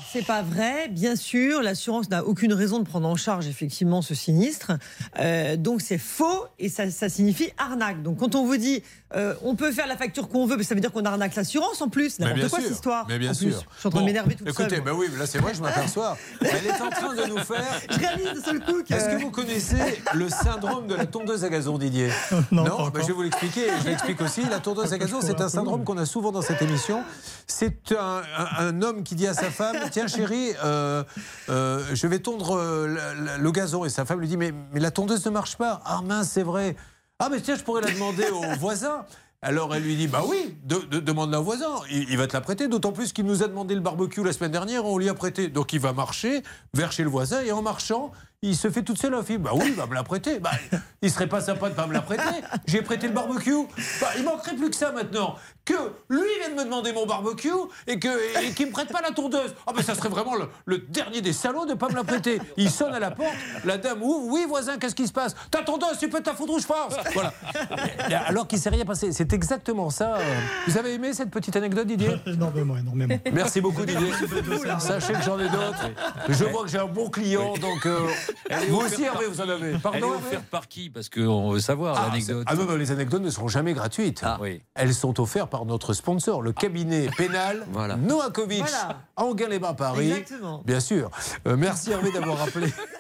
c'est pas vrai, bien sûr. L'assurance n'a aucune raison de prendre en charge effectivement ce sinistre. Donc c'est faux et ça signifie arnaque. Donc quand on vous dit on peut faire la facture qu'on veut, mais ça veut dire qu'on arnaque l'assurance en plus. N'importe quoi cette histoire. Mais bien en plus. sûr. Je suis en train de m'énerver toute seule. Écoutez, oui, là c'est vrai, je m'aperçois. Elle est en train de nous faire. Je réalise de seul coup que. Est-ce que vous connaissez le syndrome de la tondeuse à gazon, Didier? Non, Je vais vous l'expliquer. Je l'explique aussi. La tondeuse à gazon, c'est un syndrome qu'on a souvent dans cette émission. C'est un homme qui dit à sa femme: tiens chérie, je vais tondre le gazon. Et sa femme lui dit: mais la tondeuse ne marche pas. Ah mince, c'est vrai. Ah mais tiens, je pourrais la demander au voisin. Alors elle lui dit: bah oui, demande-la au voisin, il va te la prêter, d'autant plus qu'il nous a demandé le barbecue la semaine dernière, on lui a prêté. Donc il va marcher vers chez le voisin et en marchant, il se fait toute seule la fille. Bah oui, il va me la prêter. Bah, il serait pas sympa de pas me la prêter. J'ai prêté le barbecue. Bah, il manquerait plus que ça maintenant. Que lui vienne me demander mon barbecue et qu'il me prête pas la tondeuse. Ah ben ça serait vraiment le dernier des salauds de pas me la prêter. Il sonne à la porte, la dame ouvre. Oui voisin, qu'est-ce qui se passe? Ta tondeuse, tu peux te la foutre où je pense. Voilà. Alors qu'il s'est rien passé. C'est exactement ça. Vous avez aimé cette petite anecdote, Didier? Énormément. Merci beaucoup, Didier. Sachez que j'en ai d'autres. Je vois que j'ai un bon client, donc vous aussi, Hervé, vous en avez. Pardon, elle est offerte par qui? Parce qu'on veut savoir l'anecdote. Ah non, les anecdotes ne seront jamais gratuites. Oui. Elles sont offertes par notre sponsor, le cabinet pénal Novakovic, Anguin-les-Bains, Paris. Exactement. Bien sûr. Merci Hervé d'avoir rappelé